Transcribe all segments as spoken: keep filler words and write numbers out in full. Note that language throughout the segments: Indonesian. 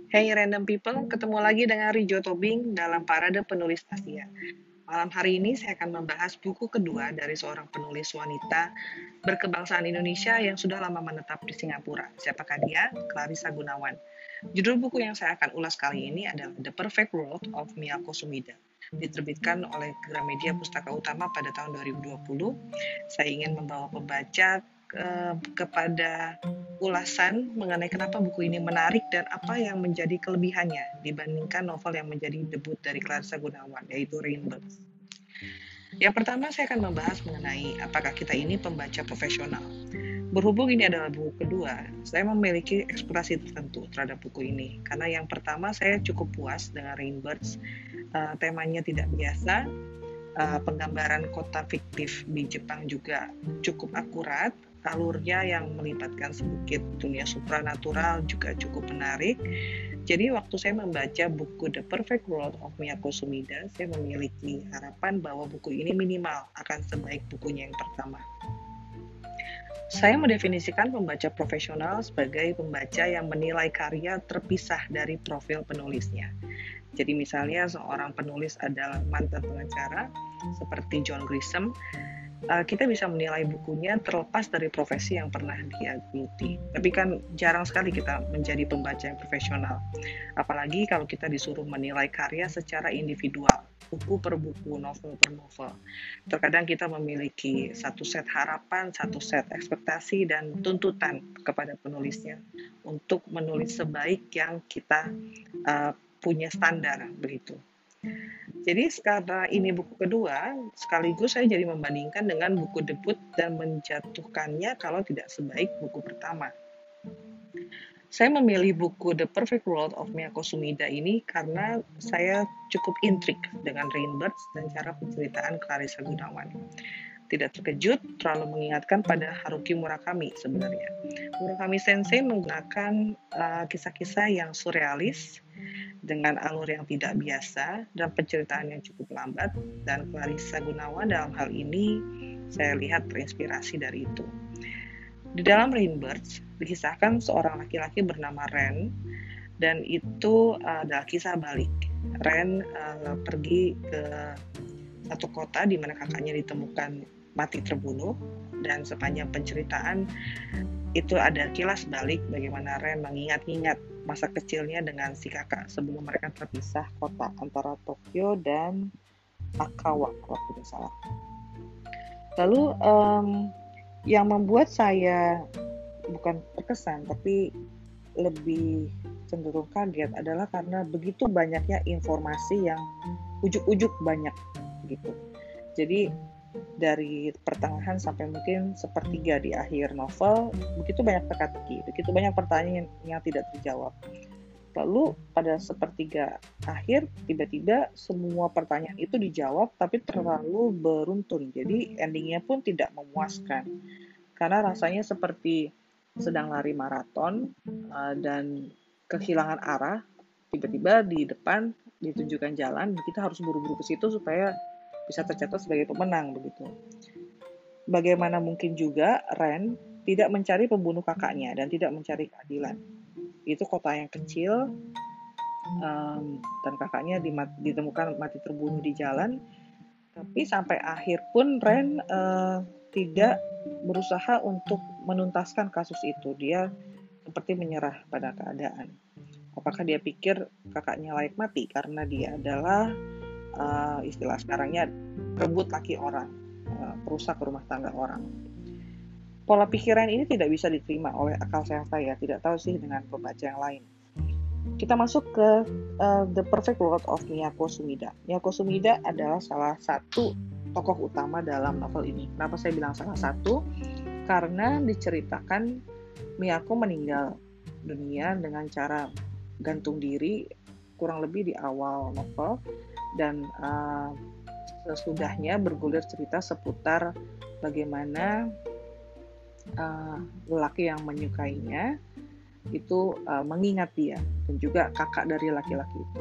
Hey random people, ketemu lagi dengan Rijo Tobing dalam Parade Penulis Asia. Malam hari ini saya akan membahas buku kedua dari seorang penulis wanita berkebangsaan Indonesia yang sudah lama menetap di Singapura. Siapakah dia? Clarissa Gunawan. Judul buku yang saya akan ulas kali ini adalah The Perfect World of Miyako Sumida. Diterbitkan oleh Gramedia Pustaka Utama pada tahun dua ribu dua puluh. Saya ingin membawa pembaca eh, kepada ulasan mengenai kenapa buku ini menarik dan apa yang menjadi kelebihannya dibandingkan novel yang menjadi debut dari Clarissa Gunawan, yaitu Rainbirds. Yang pertama, saya akan membahas mengenai apakah kita ini pembaca profesional. Berhubung ini adalah buku kedua, saya memiliki ekspektasi tertentu terhadap buku ini. Karena yang pertama, saya cukup puas dengan Rainbirds. Uh, temanya tidak biasa, uh, penggambaran kota fiktif di Jepang juga cukup akurat, alurnya yang melibatkan sedikit dunia supranatural juga cukup menarik. Jadi waktu saya membaca buku The Perfect World of Miyako Sumida, saya memiliki harapan bahwa buku ini minimal akan sebaik bukunya yang pertama. Saya mendefinisikan pembaca profesional sebagai pembaca yang menilai karya terpisah dari profil penulisnya. Jadi misalnya seorang penulis adalah mantan pengacara seperti John Grisham, kita bisa menilai bukunya terlepas dari profesi yang pernah dia geluti. Tapi kan jarang sekali kita menjadi pembaca yang profesional. Apalagi kalau kita disuruh menilai karya secara individual, buku per buku, novel per novel. Terkadang kita memiliki satu set harapan, satu set ekspektasi, dan tuntutan kepada penulisnya untuk menulis sebaik yang kita uh, punya standar, begitu. Jadi karena ini buku kedua, sekaligus saya jadi membandingkan dengan buku debut dan menjatuhkannya kalau tidak sebaik buku pertama. Saya memilih buku The Perfect World of Miyako Sumida ini karena saya cukup intrik dengan Rainbirds dan cara penceritaan Clarissa Gunawan. Tidak terkejut, terlalu mengingatkan pada Haruki Murakami sebenarnya. Murakami Sensei menggunakan uh, kisah-kisah yang surrealis, dengan alur yang tidak biasa dan penceritaan yang cukup lambat, dan Clarissa Gunawan dalam hal ini saya lihat terinspirasi dari itu. Di dalam Rainbirds dikisahkan seorang laki-laki bernama Ren, dan itu adalah kisah balik. Ren uh, pergi ke satu kota di mana kakaknya ditemukan mati terbunuh, dan sepanjang penceritaan itu ada kilas balik bagaimana Ren mengingat-ingat masa kecilnya dengan si kakak sebelum mereka terpisah kota antara Tokyo dan Akawa kalau tidak salah. Lalu um, yang membuat saya bukan terkesan tapi lebih cenderung kaget adalah karena begitu banyaknya informasi yang ujuk-ujuk banyak gitu. Jadi dari pertengahan sampai mungkin sepertiga di akhir novel, begitu banyak teka-teki, begitu banyak pertanyaan yang tidak terjawab. Lalu pada sepertiga akhir, tiba-tiba semua pertanyaan itu dijawab, tapi terlalu beruntun. Jadi endingnya pun tidak memuaskan. Karena rasanya seperti sedang lari maraton uh, dan kehilangan arah, tiba-tiba di depan ditunjukkan jalan, kita harus buru-buru ke situ supaya bisa tercatat sebagai pemenang begitu. Bagaimana mungkin juga Ren tidak mencari pembunuh kakaknya dan tidak mencari keadilan. Itu kota yang kecil um, dan kakaknya ditemukan mati terbunuh di jalan. Tapi sampai akhir pun Ren uh, tidak berusaha untuk menuntaskan kasus itu. Dia seperti menyerah pada keadaan. Apakah dia pikir kakaknya layak mati karena dia adalah Uh, istilah sekarangnya rebut laki orang, uh, perusak rumah tangga orang. Pola pikiran ini tidak bisa diterima oleh akal sehat saya, tidak tahu sih dengan pembaca yang lain. Kita masuk ke uh, The Perfect World of Miyako Sumida. Miyako Sumida adalah salah satu tokoh utama dalam novel ini. Kenapa saya bilang salah satu? Karena diceritakan Miyako meninggal dunia dengan cara gantung diri kurang lebih di awal novel, dan uh, sesudahnya bergulir cerita seputar bagaimana uh, lelaki yang menyukainya itu uh, mengingat dia dan juga kakak dari laki-laki itu.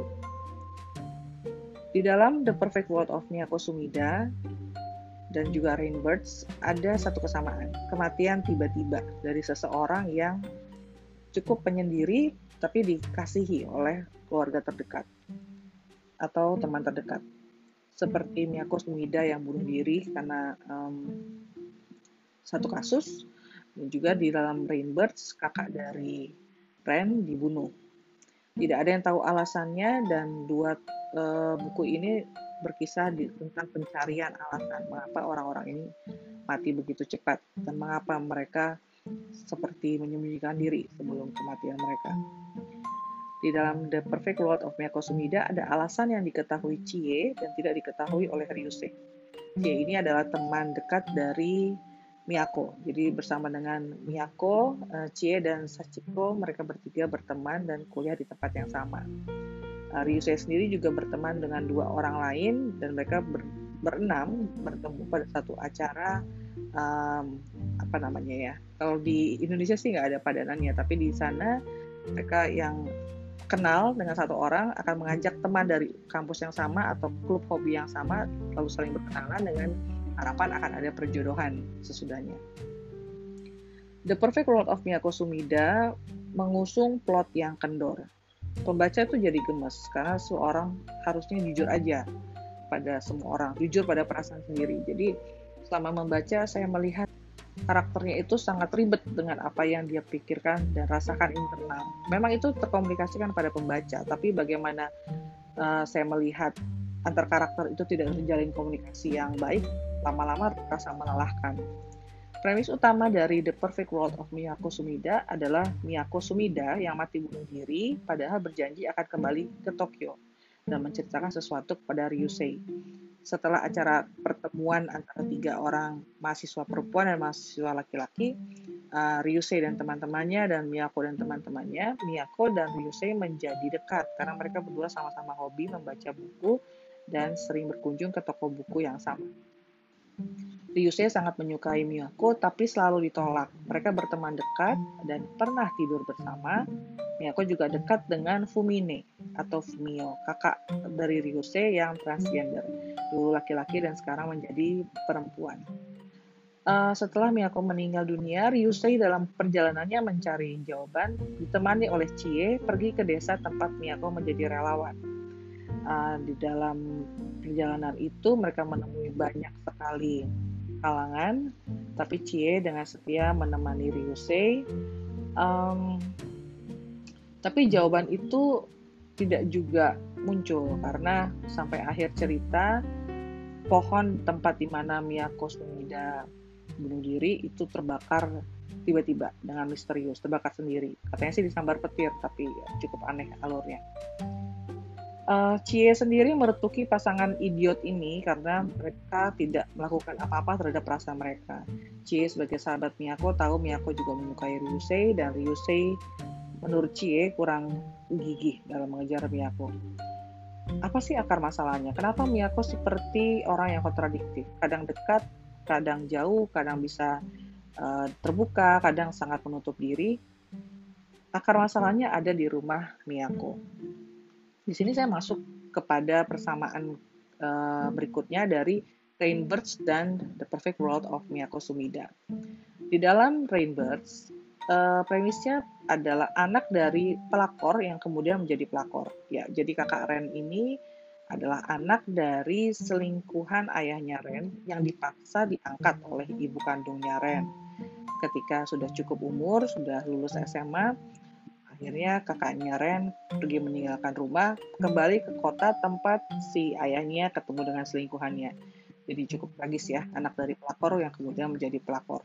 Di dalam The Perfect World of Miyako Sumida dan juga Rainbirds ada satu kesamaan, kematian tiba-tiba dari seseorang yang cukup penyendiri tapi dikasihi oleh keluarga terdekat atau teman terdekat. Seperti Miyako Sumida yang bunuh diri karena um, satu kasus, dan juga di dalam Rainbirds, kakak dari Ren dibunuh. Tidak ada yang tahu alasannya, dan dua uh, buku ini berkisah di, tentang pencarian alasan mengapa orang-orang ini mati begitu cepat dan mengapa mereka seperti menyembunyikan diri sebelum kematian mereka. Di dalam The Perfect World of Miyako Sumida ada alasan yang diketahui Chie dan tidak diketahui oleh Ryusei. Chie ini adalah teman dekat dari Miyako. Jadi bersama dengan Miyako, Chie dan Sachiko, mereka bertiga berteman dan kuliah di tempat yang sama. Ryusei sendiri juga berteman dengan dua orang lain dan mereka ber, berenam bertemu pada satu acara um, apa namanya ya? Kalau di Indonesia sih nggak ada padanannya, tapi di sana mereka yang kenal dengan satu orang akan mengajak teman dari kampus yang sama atau klub hobi yang sama, lalu saling berkenalan dengan harapan akan ada perjodohan sesudahnya. The Perfect World of Miyako Sumida mengusung plot yang kendor. Pembaca itu jadi gemes karena seorang harusnya jujur aja pada semua orang, jujur pada perasaan sendiri. Jadi selama membaca saya melihat karakternya itu sangat ribet dengan apa yang dia pikirkan dan rasakan internal. Memang itu terkomunikasikan pada pembaca, tapi bagaimana uh, saya melihat antar karakter itu tidak menjalin komunikasi yang baik, lama-lama terasa melelahkan. Premis utama dari The Perfect World of Miyako Sumida adalah Miyako Sumida yang mati bunuh diri, padahal berjanji akan kembali ke Tokyo dan menceritakan sesuatu kepada Ryusei. Setelah acara pertemuan antara tiga orang mahasiswa perempuan dan mahasiswa laki-laki, uh, Ryusei dan teman-temannya dan Miyako dan teman-temannya, Miyako dan Ryusei menjadi dekat karena mereka berdua sama-sama hobi membaca buku dan sering berkunjung ke toko buku yang sama. Ryusei sangat menyukai Miyako tapi selalu ditolak. Mereka berteman dekat dan pernah tidur bersama. Miyako juga dekat dengan Fumine atau Fumio, kakak dari Ryusei yang transgender, dulu laki-laki dan sekarang menjadi perempuan. Uh, setelah Miyako meninggal dunia, Ryusei dalam perjalanannya mencari jawaban, ditemani oleh Chie pergi ke desa tempat Miyako menjadi relawan. Uh, di dalam perjalanan itu mereka menemui banyak sekali kalangan, tapi Chie dengan setia menemani Ryusei. Um, tapi jawaban itu tidak juga muncul karena sampai akhir cerita pohon tempat di mana Miyako Sumida bunuh diri itu terbakar tiba-tiba dengan misterius, terbakar sendiri. Katanya sih disambar petir, tapi cukup aneh alurnya. Uh, Chie sendiri meretuki pasangan idiot ini karena mereka tidak melakukan apa-apa terhadap perasaan mereka. Chie sebagai sahabat Miyako tahu Miyako juga menyukai Ryusei dan Ryusei menurut Chie kurang gigih dalam mengejar Miyako. Apa sih akar masalahnya? Kenapa Miyako seperti orang yang kontradiktif? Kadang dekat, kadang jauh, kadang bisa uh, terbuka, kadang sangat menutup diri. Akar masalahnya ada di rumah Miyako. Di sini saya masuk kepada persamaan uh, berikutnya dari Rainbirds dan The Perfect World of Miyako Sumida. Di dalam Rainbirds, uh, premisnya adalah anak dari pelakor yang kemudian menjadi pelakor. Ya, jadi kakak Ren ini adalah anak dari selingkuhan ayahnya Ren yang dipaksa diangkat oleh ibu kandungnya Ren. Ketika sudah cukup umur, sudah lulus S M A, akhirnya kakaknya Ren pergi meninggalkan rumah, kembali ke kota tempat si ayahnya ketemu dengan selingkuhannya. Jadi cukup tragis ya, anak dari pelakor yang kemudian menjadi pelakor.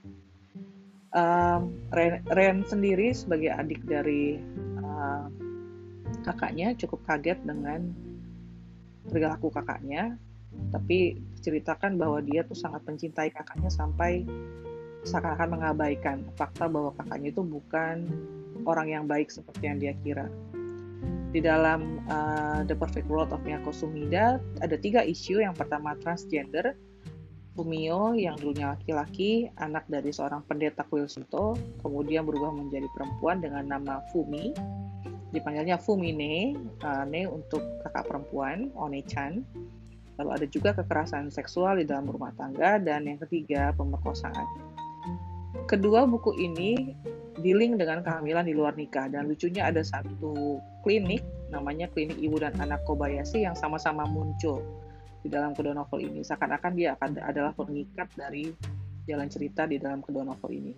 Um, Ren, Ren sendiri sebagai adik dari uh, kakaknya cukup kaget dengan perilaku kakaknya, tapi ceritakan bahwa dia tuh sangat mencintai kakaknya sampai seakan-akan mengabaikan fakta bahwa kakaknya itu bukan orang yang baik seperti yang dia kira. Di dalam uh, The Perfect World of Miyako Sumida ada tiga isu. Yang pertama transgender. Fumio yang dulunya laki-laki, anak dari seorang pendeta kuil Shinto, kemudian berubah menjadi perempuan dengan nama Fumi. Dipanggilnya Fumine, uh, ne untuk kakak perempuan, One-chan. Lalu ada juga kekerasan seksual di dalam rumah tangga, dan yang ketiga pemerkosaan. Kedua buku ini dealing dengan kehamilan di luar nikah. Dan lucunya ada satu klinik, namanya Klinik Ibu dan Anak Kobayashi, yang sama-sama muncul di dalam kedua novel ini. Seakan-akan dia akan adalah pengikat dari jalan cerita di dalam kedua novel ini.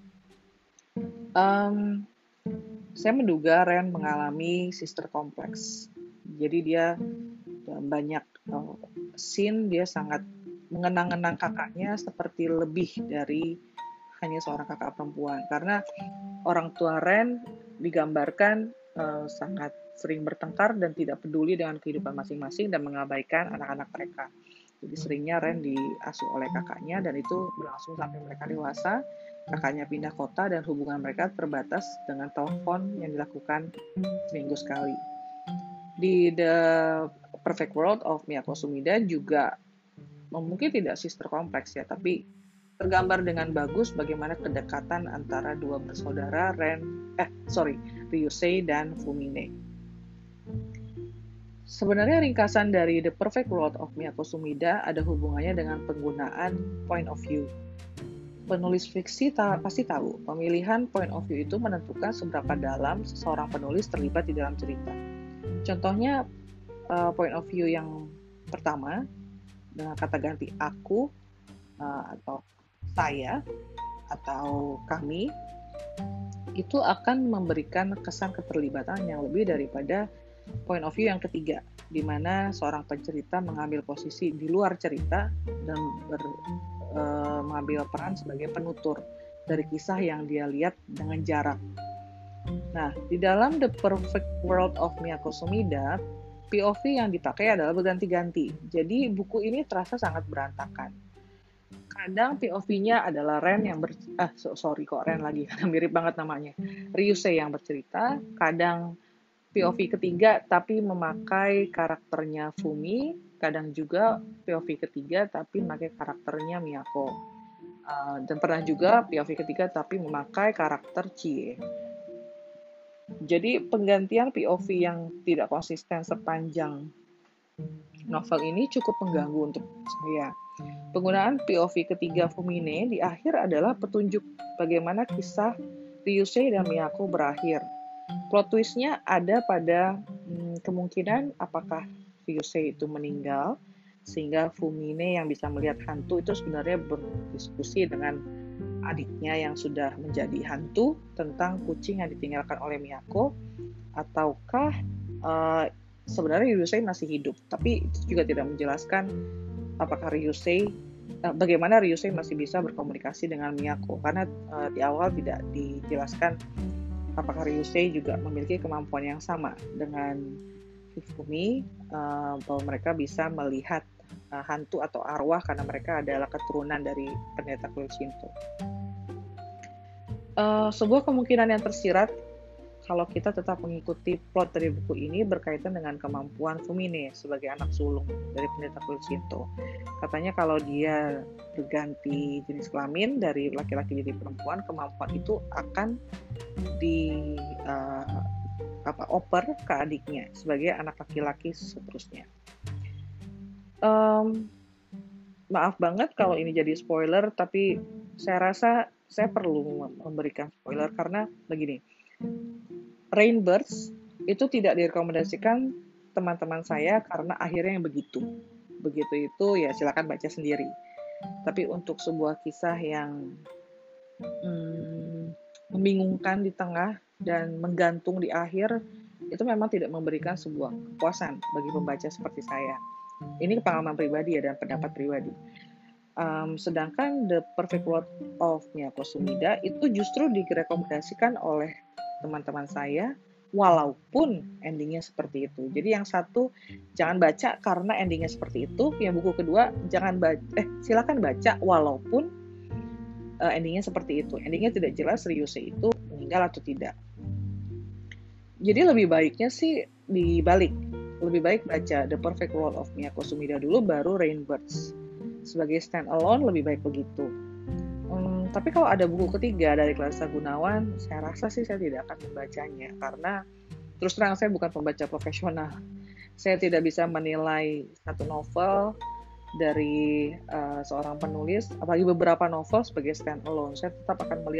Um, saya menduga Ren mengalami sister complex. Jadi dia banyak uh, scene dia sangat mengenang-enang kakaknya seperti lebih dari hanya seorang kakak perempuan, karena orang tua Ren digambarkan uh, sangat sering bertengkar dan tidak peduli dengan kehidupan masing-masing dan mengabaikan anak-anak mereka. Jadi seringnya Ren diasuh oleh kakaknya dan itu berlangsung sampai mereka dewasa. Kakaknya pindah kota dan hubungan mereka terbatas dengan telepon yang dilakukan seminggu sekali. Di The Perfect World of Miyako Sumida juga mungkin tidak sister kompleks ya, tapi tergambar dengan bagus bagaimana kedekatan antara dua bersaudara Ren, eh sorry, Ryusei dan Fumine. Sebenarnya ringkasan dari The Perfect World of Miyako Sumida ada hubungannya dengan penggunaan point of view. Penulis fiksi ta- pasti tahu, pemilihan point of view itu menentukan seberapa dalam seseorang penulis terlibat di dalam cerita. Contohnya, uh, point of view yang pertama, dengan kata ganti aku, uh, atau saya, atau kami, itu akan memberikan kesan keterlibatan yang lebih daripada point of view yang ketiga, di mana seorang pencerita mengambil posisi di luar cerita dan ber, uh, mengambil peran sebagai penutur dari kisah yang dia lihat dengan jarak. Nah, di dalam The Perfect World of Miyako Sumida, P O V yang dipakai adalah berganti-ganti. Jadi buku ini terasa sangat berantakan. Kadang P O V-nya adalah Ren yang ber... Ah, so, sorry kok Ren lagi, karena mirip banget namanya. Ryusei yang bercerita. Kadang P O V ketiga tapi memakai karakternya Fumi. Kadang juga P O V ketiga tapi memakai karakternya Miyako. Uh, dan pernah juga P O V ketiga tapi memakai karakter Chie. Jadi penggantian P O V yang tidak konsisten sepanjang novel ini cukup mengganggu untuk saya. Penggunaan P O V ketiga Fumine di akhir adalah petunjuk bagaimana kisah Ryusei dan Miyako berakhir. Plot twist-nya ada pada hmm, kemungkinan apakah Ryusei itu meninggal, sehingga Fumine yang bisa melihat hantu itu sebenarnya berdiskusi dengan adiknya yang sudah menjadi hantu tentang kucing yang ditinggalkan oleh Miyako, ataukah uh, sebenarnya Ryusei masih hidup, tapi itu juga tidak menjelaskan apakah Ryusei uh, bagaimana Ryusei masih bisa berkomunikasi dengan Miyako, karena uh, di awal tidak dijelaskan apakah Ryusei juga memiliki kemampuan yang sama dengan Hifumi, uh, bahwa mereka bisa melihat uh, hantu atau arwah karena mereka adalah keturunan dari pendeta kuil Shinto. Uh, sebuah kemungkinan yang tersirat kalau kita tetap mengikuti plot dari buku ini berkaitan dengan kemampuan Fumine sebagai anak sulung dari pendeta kuil Shinto. Katanya kalau dia berganti jenis kelamin dari laki-laki jadi perempuan, kemampuan itu akan di uh, apa oper ke adiknya sebagai anak laki-laki seterusnya. Um, maaf banget kalau ini jadi spoiler, tapi saya rasa saya perlu memberikan spoiler karena begini, Rainbirds itu tidak direkomendasikan teman-teman saya karena akhirnya yang begitu. Begitu itu ya silakan baca sendiri. Tapi untuk sebuah kisah yang hmm, membingungkan di tengah dan menggantung di akhir, itu memang tidak memberikan sebuah kepuasan bagi pembaca seperti saya. Ini pengalaman pribadi ya dan pendapat pribadi. Um, sedangkan The Perfect World of Miyako Sumida itu justru direkomendasikan oleh teman-teman saya walaupun endingnya seperti itu. Jadi yang satu jangan baca karena endingnya seperti itu, yang buku kedua jangan baca eh silakan baca walaupun uh, endingnya seperti itu. Endingnya tidak jelas Ryusei itu meninggal atau tidak. Jadi lebih baiknya sih dibalik. Lebih baik baca The Perfect World of Miyako Sumida dulu baru Rainbirds. Sebagai stand alone lebih baik begitu. Hmm, tapi kalau ada buku ketiga dari Clarissa Gunawan, saya rasa sih saya tidak akan membacanya karena terus terang saya bukan pembaca profesional. Saya tidak bisa menilai satu novel dari uh, seorang penulis, apalagi beberapa novel sebagai stand alone. Saya tetap akan melihat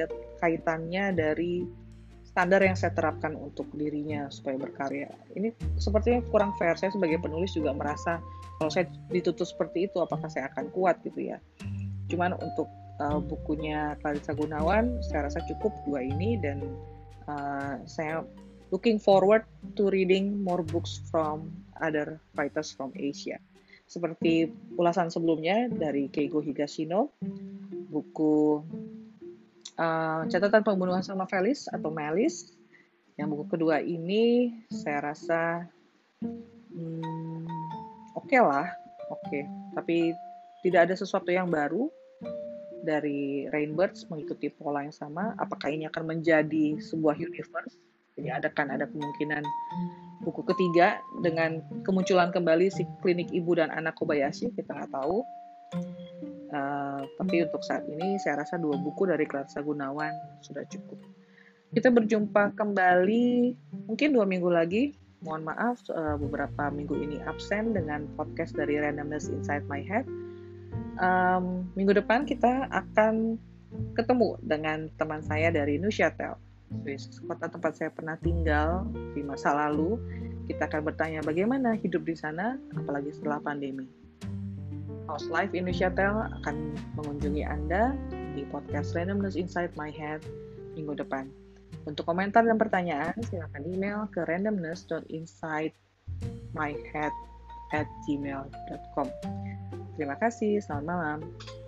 kaitannya dari standar yang saya terapkan untuk dirinya supaya berkarya. Ini sepertinya kurang fair. Saya sebagai penulis juga merasa kalau saya dituntut seperti itu, apakah saya akan kuat gitu ya. Cuman untuk uh, bukunya Clarissa Gunawan, saya rasa cukup dua ini, dan uh, saya looking forward to reading more books from other writers from Asia. Seperti ulasan sebelumnya dari Keigo Higashino, buku uh, Catatan Pembunuhan sama Felis atau Melis. Yang buku kedua ini saya rasa hmm, oke okay lah, oke. Okay. Tapi tidak ada sesuatu yang baru dari Rainbirds mengikuti pola yang sama. Apakah ini akan menjadi sebuah universe? Jadi ada kan ada kemungkinan buku ketiga dengan kemunculan kembali si klinik ibu dan anak Kobayashi, kita nggak tahu. Uh, tapi untuk saat ini saya rasa dua buku dari Clarissa Gunawan sudah cukup. Kita berjumpa kembali mungkin dua minggu lagi. Mohon maaf uh, beberapa minggu ini absen dengan podcast dari Randomness Inside My Head. Um, minggu depan kita akan ketemu dengan teman saya dari Neuchâtel, Swiss, kota tempat saya pernah tinggal di masa lalu. Kita akan bertanya bagaimana hidup di sana, apalagi setelah pandemi. House Life in Neuchâtel akan mengunjungi Anda di podcast Randomness Inside My Head minggu depan. Untuk komentar dan pertanyaan, silakan email ke randomness dot inside my head at gmail dot com. Terima kasih, selamat malam.